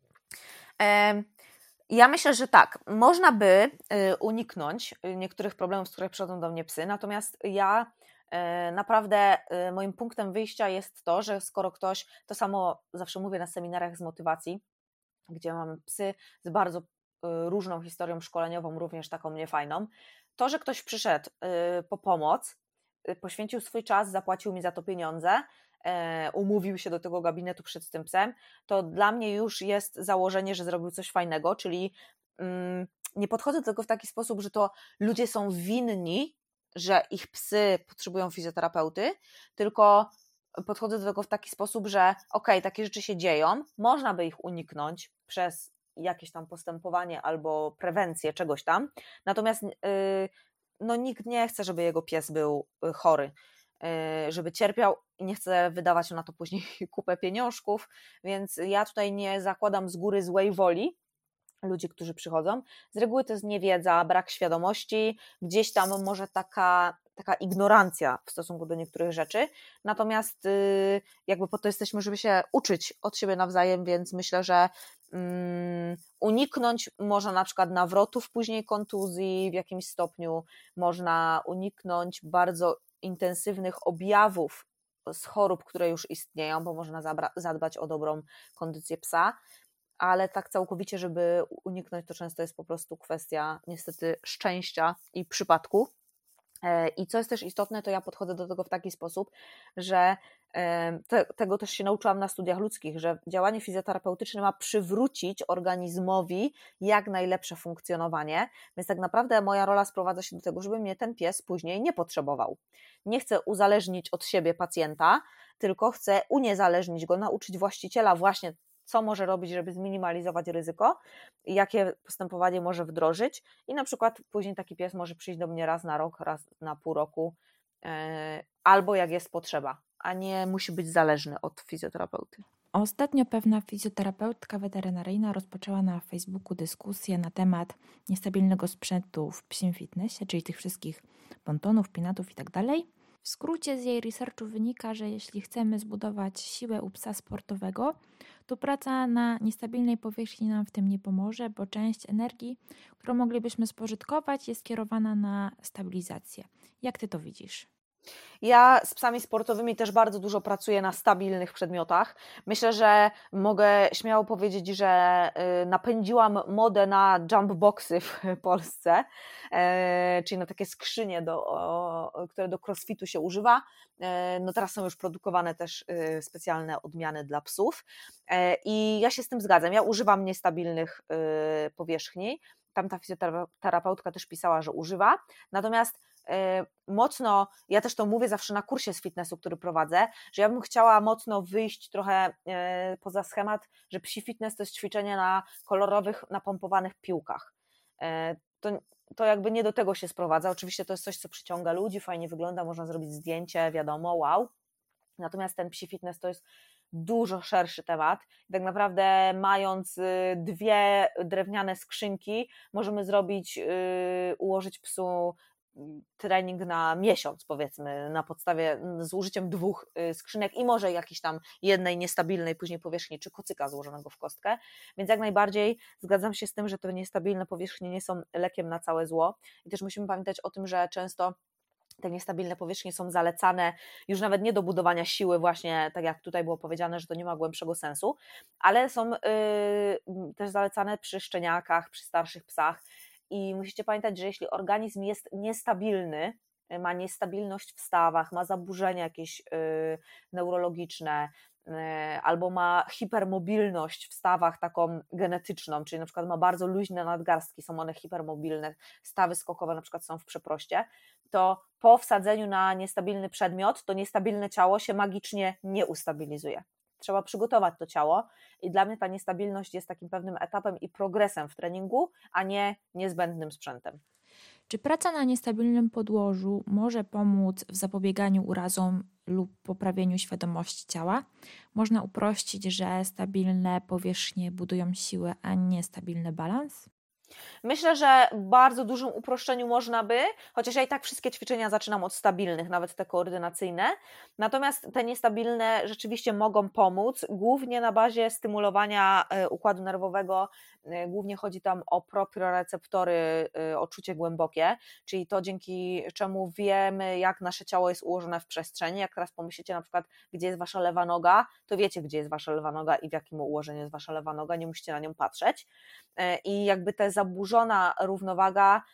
Ja myślę, że tak, można by uniknąć niektórych problemów, z których przychodzą do mnie psy, natomiast ja naprawdę moim punktem wyjścia jest to, że skoro ktoś, to samo zawsze mówię na seminariach z motywacji, gdzie mamy psy z bardzo różną historią szkoleniową, również taką niefajną, to, że ktoś przyszedł po pomoc, poświęcił swój czas, zapłacił mi za to pieniądze, umówił się do tego gabinetu przed tym psem, to dla mnie już jest założenie, że zrobił coś fajnego, czyli nie podchodzę do tego w taki sposób, że to ludzie są winni, że ich psy potrzebują fizjoterapeuty, tylko podchodzę do tego w taki sposób, że okej, okay, takie rzeczy się dzieją, można by ich uniknąć przez jakieś tam postępowanie albo prewencję czegoś tam, natomiast yy, no nikt nie chce, żeby jego pies był chory, yy, żeby cierpiał i nie chce wydawać na to później kupę pieniążków, więc ja tutaj nie zakładam z góry złej woli ludzi, którzy przychodzą. Z reguły to jest niewiedza, brak świadomości, gdzieś tam może taka, taka ignorancja w stosunku do niektórych rzeczy, natomiast yy, jakby po to jesteśmy, żeby się uczyć od siebie nawzajem, więc myślę, że yy, uniknąć można na przykład nawrotów później kontuzji w jakimś stopniu, można uniknąć bardzo intensywnych objawów z chorób, które już istnieją, bo można zabra- zadbać o dobrą kondycję psa, ale tak całkowicie, żeby uniknąć, to często jest po prostu kwestia niestety szczęścia i przypadku. I co jest też istotne, to ja podchodzę do tego w taki sposób, że te, tego też się nauczyłam na studiach ludzkich, że działanie fizjoterapeutyczne ma przywrócić organizmowi jak najlepsze funkcjonowanie, więc tak naprawdę moja rola sprowadza się do tego, żeby mnie ten pies później nie potrzebował. Nie chcę uzależnić od siebie pacjenta, tylko chcę uniezależnić go, nauczyć właściciela właśnie, co może robić, żeby zminimalizować ryzyko, jakie postępowanie może wdrożyć i na przykład później taki pies może przyjść do mnie raz na rok, raz na pół roku, yy, albo jak jest potrzeba, a nie musi być zależny od fizjoterapeuty. Ostatnio pewna fizjoterapeutka weterynaryjna rozpoczęła na Facebooku dyskusję na temat niestabilnego sprzętu w psim fitnessie, czyli tych wszystkich pontonów, pinatów i tak dalej. W skrócie z jej researchu wynika, że jeśli chcemy zbudować siłę u psa sportowego, to praca na niestabilnej powierzchni nam w tym nie pomoże, bo część energii, którą moglibyśmy spożytkować, jest kierowana na stabilizację. Jak ty to widzisz? Ja z psami sportowymi też bardzo dużo pracuję na stabilnych przedmiotach. Myślę, że mogę śmiało powiedzieć, że napędziłam modę na jump boxy w Polsce, czyli na takie skrzynie, do, które do crossfitu się używa. No teraz są już produkowane też specjalne odmiany dla psów i ja się z tym zgadzam. Ja używam niestabilnych powierzchni. Tamta fizjoterapeutka też pisała, że używa. Natomiast mocno, ja też to mówię zawsze na kursie z fitnessu, który prowadzę, że ja bym chciała mocno wyjść trochę poza schemat, że psi fitness to jest ćwiczenie na kolorowych, napompowanych piłkach. To, to jakby nie do tego się sprowadza. Oczywiście to jest coś, co przyciąga ludzi, fajnie wygląda, można zrobić zdjęcie, wiadomo, wow. Natomiast ten psi fitness to jest dużo szerszy temat. Tak naprawdę mając dwie drewniane skrzynki, możemy zrobić, ułożyć psu trening na miesiąc, powiedzmy, na podstawie, z użyciem dwóch skrzynek i może jakiejś tam jednej niestabilnej później powierzchni, czy kocyka złożonego w kostkę, więc jak najbardziej zgadzam się z tym, że te niestabilne powierzchnie nie są lekiem na całe zło i też musimy pamiętać o tym, że często te niestabilne powierzchnie są zalecane już nawet nie do budowania siły, właśnie tak jak tutaj było powiedziane, że to nie ma głębszego sensu, ale są yy, też zalecane przy szczeniakach, przy starszych psach i musicie pamiętać, że jeśli organizm jest niestabilny, ma niestabilność w stawach, ma zaburzenia jakieś yy, neurologiczne, albo ma hipermobilność w stawach taką genetyczną, czyli na przykład ma bardzo luźne nadgarstki, są one hipermobilne, stawy skokowe na przykład są w przeproście, to po wsadzeniu na niestabilny przedmiot to niestabilne ciało się magicznie nie ustabilizuje. Trzeba przygotować to ciało i dla mnie ta niestabilność jest takim pewnym etapem i progresem w treningu, a nie niezbędnym sprzętem. Czy praca na niestabilnym podłożu może pomóc w zapobieganiu urazom lub poprawieniu świadomości ciała? Można uprościć, że stabilne powierzchnie budują siłę, a nie stabilny balans? Myślę, że w bardzo dużym uproszczeniu można by, chociaż ja i tak wszystkie ćwiczenia zaczynam od stabilnych, nawet te koordynacyjne, natomiast te niestabilne rzeczywiście mogą pomóc, głównie na bazie stymulowania układu nerwowego, głównie chodzi tam o proprioreceptory, odczucie głębokie, czyli to, dzięki czemu wiemy, jak nasze ciało jest ułożone w przestrzeni. Jak teraz pomyślicie na przykład, gdzie jest wasza lewa noga, to wiecie, gdzie jest wasza lewa noga i w jakim ułożeniu jest wasza lewa noga, nie musicie na nią patrzeć i jakby ta zaburzona równowaga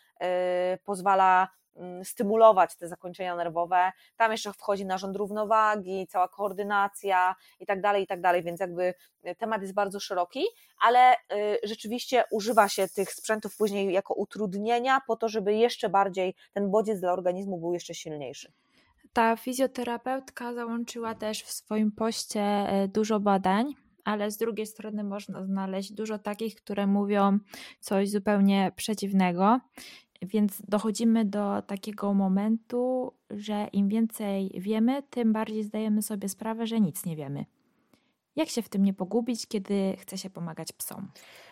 pozwala stymulować te zakończenia nerwowe, tam jeszcze wchodzi narząd równowagi, cała koordynacja i tak dalej, i tak dalej, więc jakby temat jest bardzo szeroki, ale rzeczywiście używa się tych sprzętów później jako utrudnienia po to, żeby jeszcze bardziej ten bodziec dla organizmu był jeszcze silniejszy. Ta fizjoterapeutka załączyła też w swoim poście dużo badań, ale z drugiej strony można znaleźć dużo takich, które mówią coś zupełnie przeciwnego. Więc dochodzimy do takiego momentu, że im więcej wiemy, tym bardziej zdajemy sobie sprawę, że nic nie wiemy. Jak się w tym nie pogubić, kiedy chce się pomagać psom?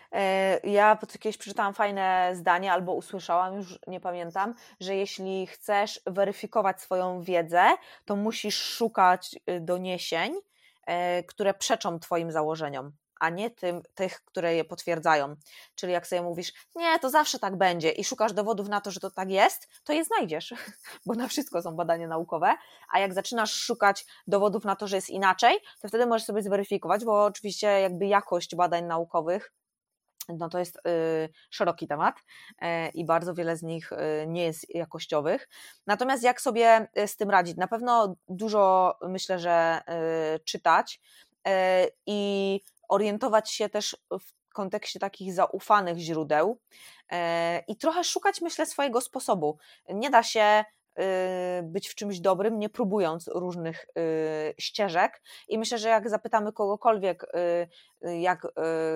Ja kiedyś przeczytałam fajne zdanie, albo usłyszałam, już nie pamiętam, że jeśli chcesz weryfikować swoją wiedzę, to musisz szukać doniesień, które przeczą twoim założeniom, a nie tym, tych, które je potwierdzają. Czyli jak sobie mówisz, nie, to zawsze tak będzie i szukasz dowodów na to, że to tak jest, to je znajdziesz, bo na wszystko są badania naukowe, a jak zaczynasz szukać dowodów na to, że jest inaczej, to wtedy możesz sobie zweryfikować, bo oczywiście jakby jakość badań naukowych, no to jest y, szeroki temat y, i bardzo wiele z nich y, nie jest jakościowych. Natomiast jak sobie z tym radzić? Na pewno dużo, myślę, że y, czytać y, i orientować się też w kontekście takich zaufanych źródeł y, i trochę szukać, myślę, swojego sposobu. Nie da się być w czymś dobrym, nie próbując różnych ścieżek i myślę, że jak zapytamy kogokolwiek, jak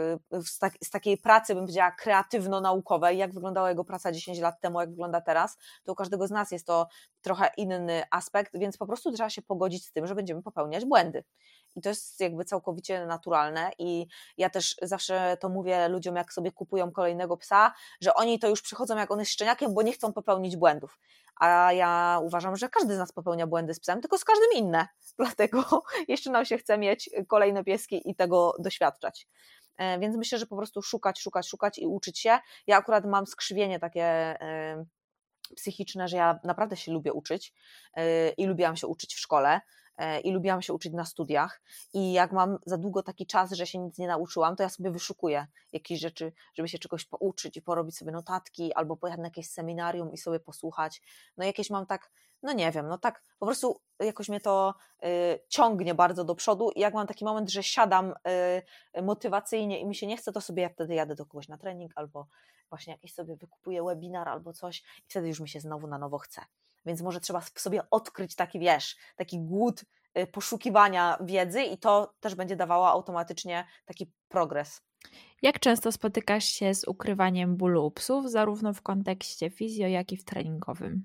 z takiej pracy, bym powiedziała, kreatywno-naukowej, jak wyglądała jego praca dziesięć lat temu, jak wygląda teraz, to u każdego z nas jest to trochę inny aspekt, więc po prostu trzeba się pogodzić z tym, że będziemy popełniać błędy. I to jest jakby całkowicie naturalne i ja też zawsze to mówię ludziom, jak sobie kupują kolejnego psa, że oni to już przychodzą, jak on jest szczeniakiem, bo nie chcą popełnić błędów. A ja uważam, że każdy z nas popełnia błędy z psem, tylko z każdym inne. Dlatego jeszcze nam się chce mieć kolejne pieski i tego doświadczać. Więc myślę, że po prostu szukać, szukać, szukać i uczyć się. Ja akurat mam skrzywienie takie psychiczne, że ja naprawdę się lubię uczyć i lubiłam się uczyć w szkole i lubiłam się uczyć na studiach i jak mam za długo taki czas, że się nic nie nauczyłam, to ja sobie wyszukuję jakieś rzeczy, żeby się czegoś pouczyć i porobić sobie notatki albo pojechać na jakieś seminarium i sobie posłuchać. No jakieś mam tak, no nie wiem, no tak po prostu jakoś mnie to y, ciągnie bardzo do przodu i jak mam taki moment, że siadam y, motywacyjnie i mi się nie chce, to sobie ja wtedy jadę do kogoś na trening albo właśnie jakiś sobie wykupuję webinar albo coś i wtedy już mi się znowu na nowo chce. Więc może trzeba sobie odkryć taki, wiesz, taki głód poszukiwania wiedzy i to też będzie dawało automatycznie taki progres. Jak często spotykasz się z ukrywaniem bólu u psów, zarówno w kontekście fizjo, jak i w treningowym?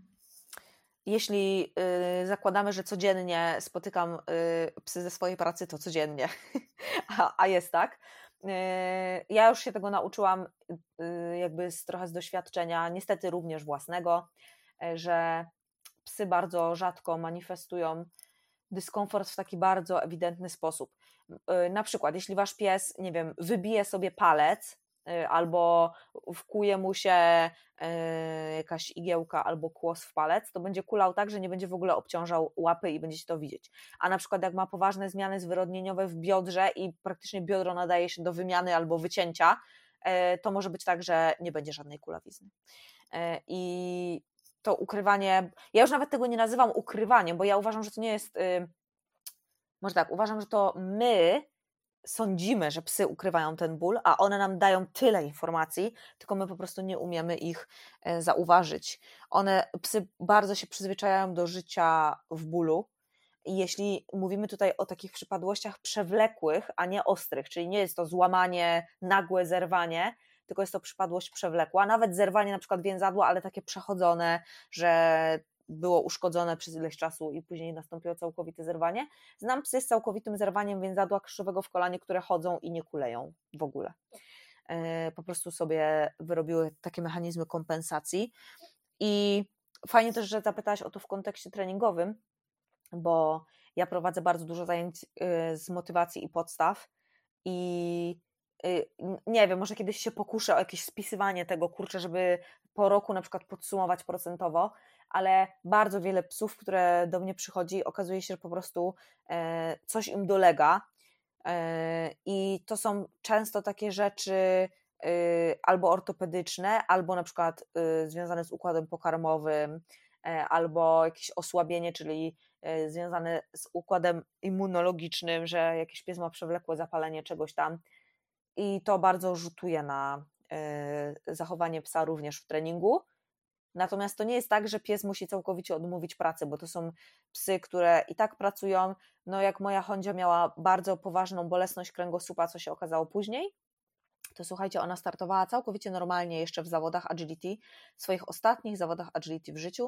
Jeśli y, zakładamy, że codziennie spotykam y, psy ze swojej pracy, to codziennie, a, a jest tak. Y, ja już się tego nauczyłam y, jakby z, trochę z doświadczenia, niestety również własnego, y, że psy bardzo rzadko manifestują dyskomfort w taki bardzo ewidentny sposób. Na przykład, jeśli wasz pies, nie wiem, wybije sobie palec albo wkuje mu się jakaś igiełka albo kłos w palec, to będzie kulał tak, że nie będzie w ogóle obciążał łapy i będziecie to widzieć. A na przykład jak ma poważne zmiany zwyrodnieniowe w biodrze i praktycznie biodro nadaje się do wymiany albo wycięcia, to może być tak, że nie będzie żadnej kulawizny. I to ukrywanie, ja już nawet tego nie nazywam ukrywaniem, bo ja uważam, że to nie jest, yy, może tak, uważam, że to my sądzimy, że psy ukrywają ten ból, a one nam dają tyle informacji, tylko my po prostu nie umiemy ich yy, zauważyć. One, psy bardzo się przyzwyczajają do życia w bólu i jeśli mówimy tutaj o takich przypadłościach przewlekłych, a nie ostrych, czyli nie jest to złamanie, nagłe zerwanie, tylko jest to przypadłość przewlekła, nawet zerwanie na przykład więzadła, ale takie przechodzone, że było uszkodzone przez ileś czasu i później nastąpiło całkowite zerwanie. Znam psy z całkowitym zerwaniem więzadła krzyżowego w kolanie, które chodzą i nie kuleją w ogóle. Po prostu sobie wyrobiły takie mechanizmy kompensacji i fajnie też, że zapytałaś o to w kontekście treningowym, bo ja prowadzę bardzo dużo zajęć z motywacji i podstaw i nie wiem, może kiedyś się pokuszę o jakieś spisywanie tego, kurczę, żeby po roku na przykład podsumować procentowo, ale bardzo wiele psów, które do mnie przychodzi, okazuje się, że po prostu coś im dolega i to są często takie rzeczy albo ortopedyczne, albo na przykład związane z układem pokarmowym, albo jakieś osłabienie, czyli związane z układem immunologicznym, że jakiś pies ma przewlekłe zapalenie czegoś tam. I to bardzo rzutuje na y, zachowanie psa również w treningu. Natomiast to nie jest tak, że pies musi całkowicie odmówić pracy, bo to są psy, które i tak pracują. No jak moja Hondzia miała bardzo poważną bolesność kręgosłupa, co się okazało później, to słuchajcie, ona startowała całkowicie normalnie jeszcze w zawodach agility, w swoich ostatnich zawodach agility w życiu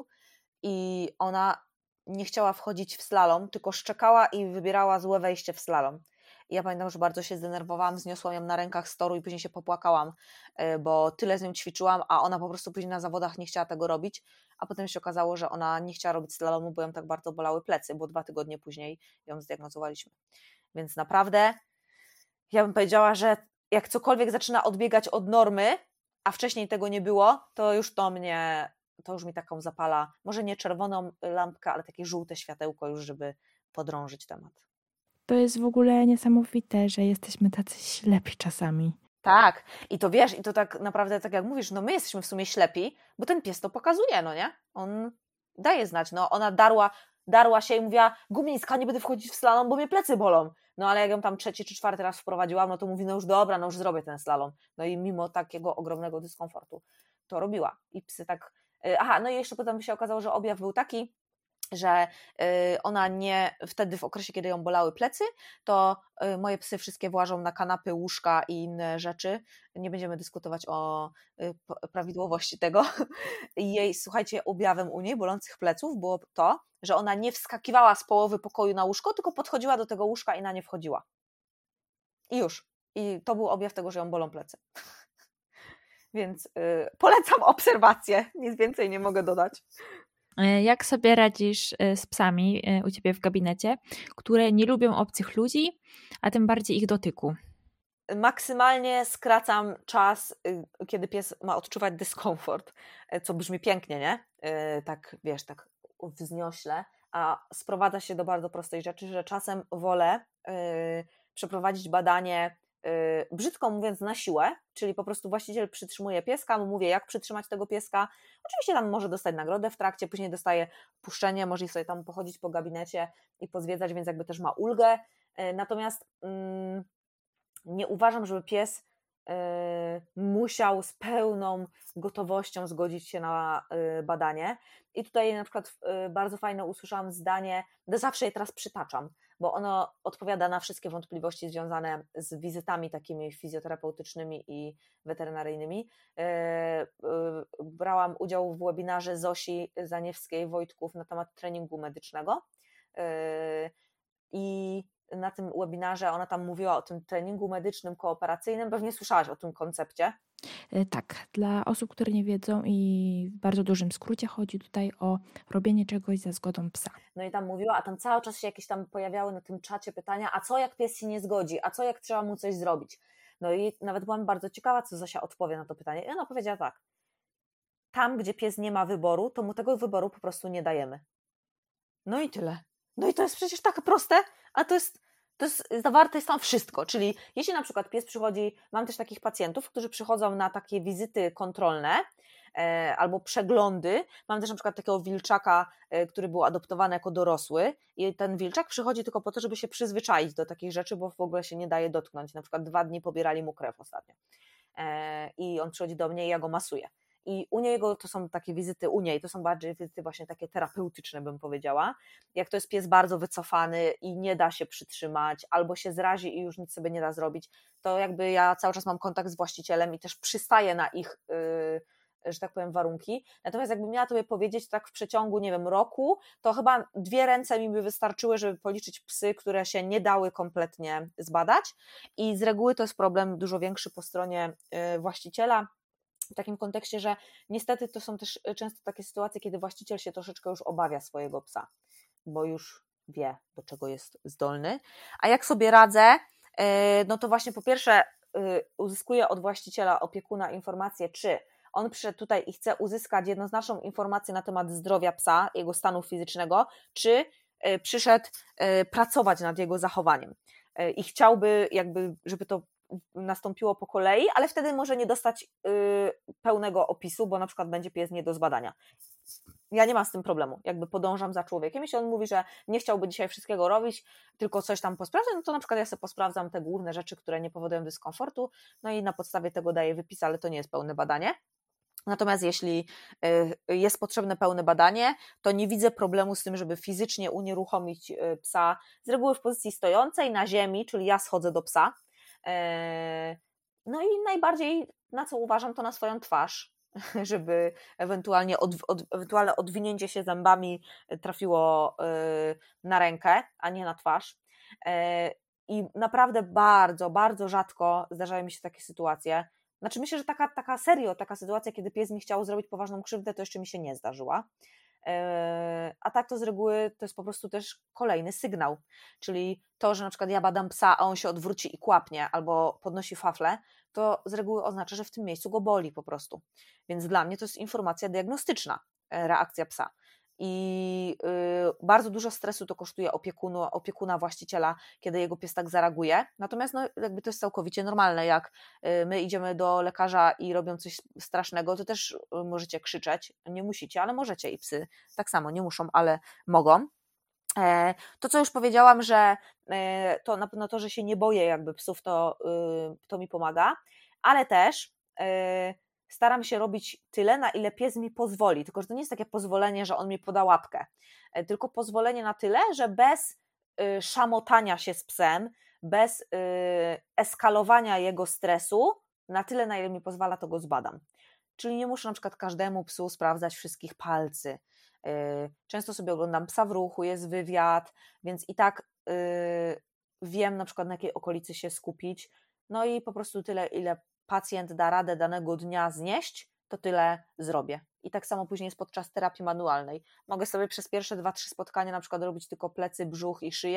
i ona nie chciała wchodzić w slalom, tylko szczekała i wybierała złe wejście w slalom. I ja pamiętam, że bardzo się zdenerwowałam, zniosłam ją na rękach z toru i później się popłakałam, bo tyle z nią ćwiczyłam, a ona po prostu później na zawodach nie chciała tego robić, a potem się okazało, że ona nie chciała robić slalomu, bo ją tak bardzo bolały plecy, bo dwa tygodnie później ją zdiagnozowaliśmy. Więc naprawdę ja bym powiedziała, że jak cokolwiek zaczyna odbiegać od normy, a wcześniej tego nie było, to już to mnie, to już mi taką zapala, może nie czerwoną lampkę, ale takie żółte światełko już, żeby podrążyć temat. To jest w ogóle niesamowite, że jesteśmy tacy ślepi czasami. Tak, i to wiesz, i to tak naprawdę, tak jak mówisz, no my jesteśmy w sumie ślepi, bo ten pies to pokazuje, no nie? On daje znać, no ona darła, darła się i mówiła, Gumińska, nie będę wchodzić w slalom, bo mnie plecy bolą. No ale jak ją tam trzeci czy czwarty raz wprowadziłam, no to mówi, no już dobra, no już zrobię ten slalom. No i mimo takiego ogromnego dyskomfortu to robiła. I psy tak, aha, no i jeszcze potem się okazało, że objaw był taki, że ona nie, wtedy w okresie, kiedy ją bolały plecy, to moje psy wszystkie włażą na kanapy, łóżka i inne rzeczy. Nie będziemy dyskutować o prawidłowości tego. I jej, słuchajcie, objawem u niej bolących pleców było to, że ona nie wskakiwała z połowy pokoju na łóżko, tylko podchodziła do tego łóżka i na nie wchodziła. I już. I to był objaw tego, że ją bolą plecy. Więc yy, polecam obserwację. Nic więcej nie mogę dodać. Jak sobie radzisz z psami u Ciebie w gabinecie, które nie lubią obcych ludzi, a tym bardziej ich dotyku? maksymalnie skracam czas, kiedy pies ma odczuwać dyskomfort, co brzmi pięknie, nie? Tak, wiesz, tak wzniośle, a sprowadza się do bardzo prostej rzeczy, że czasem wolę przeprowadzić badanie, brzydko mówiąc, na siłę, czyli po prostu właściciel przytrzymuje pieska, mu mówię, jak przytrzymać tego pieska. Oczywiście tam może dostać nagrodę w trakcie, później dostaje puszczenie, może sobie tam pochodzić po gabinecie i pozwiedzać, więc jakby też ma ulgę. Natomiast mm, nie uważam, żeby pies y, musiał z pełną gotowością zgodzić się na y, badanie. I tutaj na przykład y, bardzo fajne usłyszałam zdanie, no zawsze je teraz przytaczam, bo ono odpowiada na wszystkie wątpliwości związane z wizytami takimi fizjoterapeutycznymi i weterynaryjnymi. Y, y, brałam udział w webinarze Zosi Zaniewskiej-Wojtków na temat treningu medycznego y, i na tym webinarze ona tam mówiła o tym treningu medycznym kooperacyjnym. Pewnie słyszałaś o tym koncepcie. Tak, dla osób, które nie wiedzą i w bardzo dużym skrócie chodzi tutaj o robienie czegoś za zgodą psa. No i tam mówiła, a tam cały czas się jakieś tam pojawiały na tym czacie pytania, a co jak pies się nie zgodzi, a co jak trzeba mu coś zrobić. No i nawet byłam bardzo ciekawa, co Zosia odpowie na to pytanie. I ona powiedziała tak, tam gdzie pies nie ma wyboru, to mu tego wyboru po prostu nie dajemy. No i tyle. No i to jest przecież tak proste, a to jest, to jest zawarte jest tam wszystko, czyli jeśli na przykład pies przychodzi, mam też takich pacjentów, którzy przychodzą na takie wizyty kontrolne e, albo przeglądy, mam też na przykład takiego wilczaka, e, który był adoptowany jako dorosły i ten wilczak przychodzi tylko po to, żeby się przyzwyczaić do takich rzeczy, bo w ogóle się nie daje dotknąć, na przykład dwa dni pobierali mu krew ostatnio e, i on przychodzi do mnie i ja go masuję. I u niego to są takie wizyty, u niej to są bardziej wizyty właśnie takie terapeutyczne, bym powiedziała. Jak to jest pies bardzo wycofany i nie da się przytrzymać, albo się zrazi i już nic sobie nie da zrobić, to jakby ja cały czas mam kontakt z właścicielem i też przystaję na ich, yy, że tak powiem, warunki. Natomiast jakbym miała tobie powiedzieć tak w przeciągu, nie wiem, roku, to chyba dwie ręce mi by wystarczyły, żeby policzyć psy, które się nie dały kompletnie zbadać i z reguły to jest problem dużo większy po stronie yy, właściciela, w takim kontekście, że niestety to są też często takie sytuacje, kiedy właściciel się troszeczkę już obawia swojego psa, bo już wie, do czego jest zdolny. A jak sobie radzę, no to właśnie po pierwsze uzyskuję od właściciela, opiekuna informację, czy on przyszedł tutaj i chce uzyskać jednoznaczną informację na temat zdrowia psa, jego stanu fizycznego, czy przyszedł pracować nad jego zachowaniem i chciałby jakby, żeby to nastąpiło po kolei, ale wtedy może nie dostać yy, pełnego opisu, bo na przykład będzie pies nie do zbadania. Ja nie mam z tym problemu, jakby podążam za człowiekiem. Jeśli on mówi, że nie chciałby dzisiaj wszystkiego robić, tylko coś tam posprawdzać, no to na przykład ja sobie posprawdzam te główne rzeczy, które nie powodują dyskomfortu, no i na podstawie tego daję wypis, ale to nie jest pełne badanie. Natomiast jeśli jest potrzebne pełne badanie, to nie widzę problemu z tym, żeby fizycznie unieruchomić psa, z reguły w pozycji stojącej na ziemi, czyli ja schodzę do psa. No i najbardziej, na co uważam, to na swoją twarz, żeby ewentualnie od, od, ewentualne odwinięcie się zębami trafiło na rękę, a nie na twarz. I naprawdę bardzo, bardzo rzadko zdarzają mi się takie sytuacje. Znaczy myślę, że taka, taka serio, taka sytuacja, kiedy pies mi chciał zrobić poważną krzywdę, to jeszcze mi się nie zdarzyła. A tak to z reguły to jest po prostu też kolejny sygnał, czyli to, że na przykład ja badam psa, a on się odwróci i kłapnie albo podnosi faflę, to z reguły oznacza, że w tym miejscu go boli po prostu, więc dla mnie to jest informacja diagnostyczna, reakcja psa i yy, bardzo dużo stresu to kosztuje opiekunu, opiekuna, właściciela, kiedy jego pies tak zareaguje, natomiast no, jakby to jest całkowicie normalne, jak yy, my idziemy do lekarza i robią coś strasznego, to też yy, możecie krzyczeć, nie musicie, ale możecie i psy tak samo, nie muszą, ale mogą. E, to co już powiedziałam, że e, to na pewno to, że się nie boję jakby psów, to, yy, to mi pomaga, ale też yy, staram się robić tyle, na ile pies mi pozwoli, tylko że to nie jest takie pozwolenie, że on mi poda łapkę, tylko pozwolenie na tyle, że bez y, szamotania się z psem, bez y, eskalowania jego stresu, na tyle, na ile mi pozwala, to go zbadam. Czyli nie muszę na przykład każdemu psu sprawdzać wszystkich palcy. Y, często sobie oglądam Psa w ruchu, jest wywiad, więc i tak y, wiem na przykład, na jakiej okolicy się skupić, no i po prostu tyle, ile pacjent da radę danego dnia znieść, to tyle zrobię. I tak samo później jest podczas terapii manualnej. Mogę sobie przez pierwsze dwa, trzy spotkania na przykład robić tylko plecy, brzuch i szyję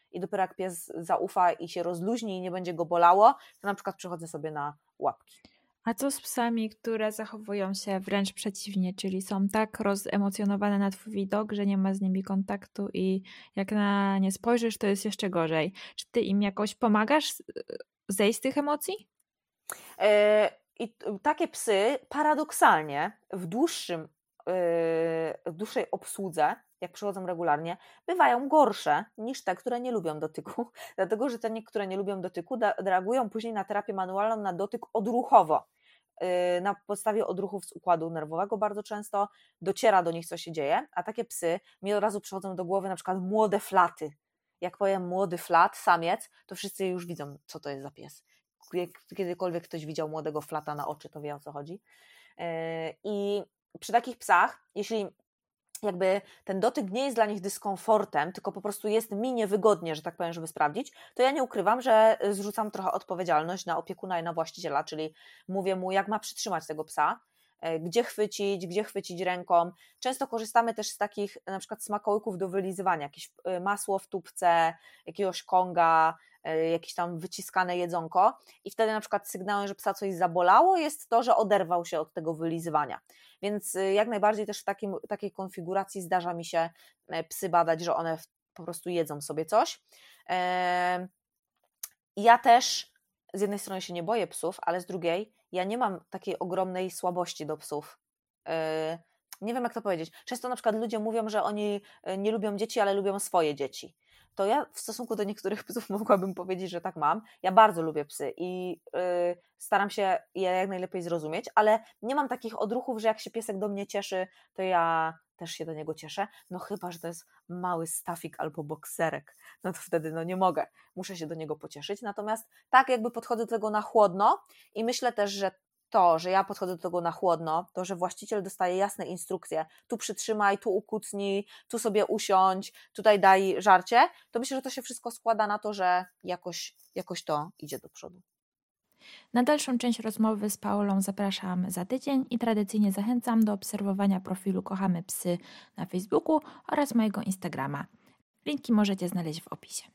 i dopiero jak pies zaufa i się rozluźni i nie będzie go bolało, to na przykład przychodzę sobie na łapki. A co z psami, które zachowują się wręcz przeciwnie, czyli są tak rozemocjonowane na twój widok, że nie ma z nimi kontaktu i jak na nie spojrzysz, to jest jeszcze gorzej. Czy ty im jakoś pomagasz zejść z tych emocji? Yy, I takie psy paradoksalnie w dłuższym, yy, w dłuższej obsłudze, jak przychodzą regularnie, bywają gorsze niż te, które nie lubią dotyku, dlatego że te, które nie lubią dotyku, da, reagują później na terapię manualną na dotyk odruchowo. Na podstawie odruchów z układu nerwowego bardzo często dociera do nich, co się dzieje, a takie psy mi od razu przychodzą do głowy na przykład młode flaty. Jak powiem młody flat, samiec, to wszyscy już widzą, co to jest za pies. Jak kiedykolwiek ktoś widział młodego flata na oczy, to wie, o co chodzi. I przy takich psach, jeśli jakby ten dotyk nie jest dla nich dyskomfortem, tylko po prostu jest mi niewygodnie, że tak powiem, żeby sprawdzić, to ja nie ukrywam, że zrzucam trochę odpowiedzialność na opiekuna i na właściciela, czyli mówię mu, jak ma przytrzymać tego psa, gdzie chwycić, gdzie chwycić ręką. Często korzystamy też z takich na przykład smakołyków do wylizywania, jakieś masło w tubce, jakiegoś konga, jakieś tam wyciskane jedzonko i wtedy na przykład sygnałem, że psa coś zabolało, jest to, że oderwał się od tego wylizywania. Więc jak najbardziej też w takim, takiej konfiguracji zdarza mi się psy badać, że one po prostu jedzą sobie coś. Ja też z jednej strony się nie boję psów, ale z drugiej ja nie mam takiej ogromnej słabości do psów. Nie wiem, jak to powiedzieć. Często na przykład ludzie mówią, że oni nie lubią dzieci, ale lubią swoje dzieci. To ja w stosunku do niektórych psów mogłabym powiedzieć, że tak mam. Ja bardzo lubię psy i yy, staram się je jak najlepiej zrozumieć, ale nie mam takich odruchów, że jak się piesek do mnie cieszy, to ja też się do niego cieszę. No chyba, że to jest mały stafik albo bokserek. No to wtedy no nie mogę. Muszę się do niego pocieszyć. Natomiast tak jakby podchodzę do tego na chłodno i myślę też, że to, że ja podchodzę do tego na chłodno, to, że właściciel dostaje jasne instrukcje, tu przytrzymaj, tu ukucnij, tu sobie usiądź, tutaj daj żarcie, to myślę, że to się wszystko składa na to, że jakoś, jakoś to idzie do przodu. Na dalszą część rozmowy z Paulą zapraszam za tydzień i tradycyjnie zachęcam do obserwowania profilu Kochamy Psy na Facebooku oraz mojego Instagrama. Linki możecie znaleźć w opisie.